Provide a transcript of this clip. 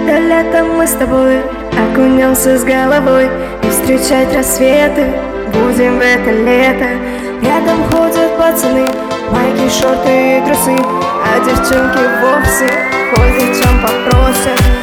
Это лето мы с тобой окунемся с головой и встречать рассветы будем в это лето. Рядом ходят пацаны, майки, шорты и трусы, а девчонки вовсе ходят, чем попросят.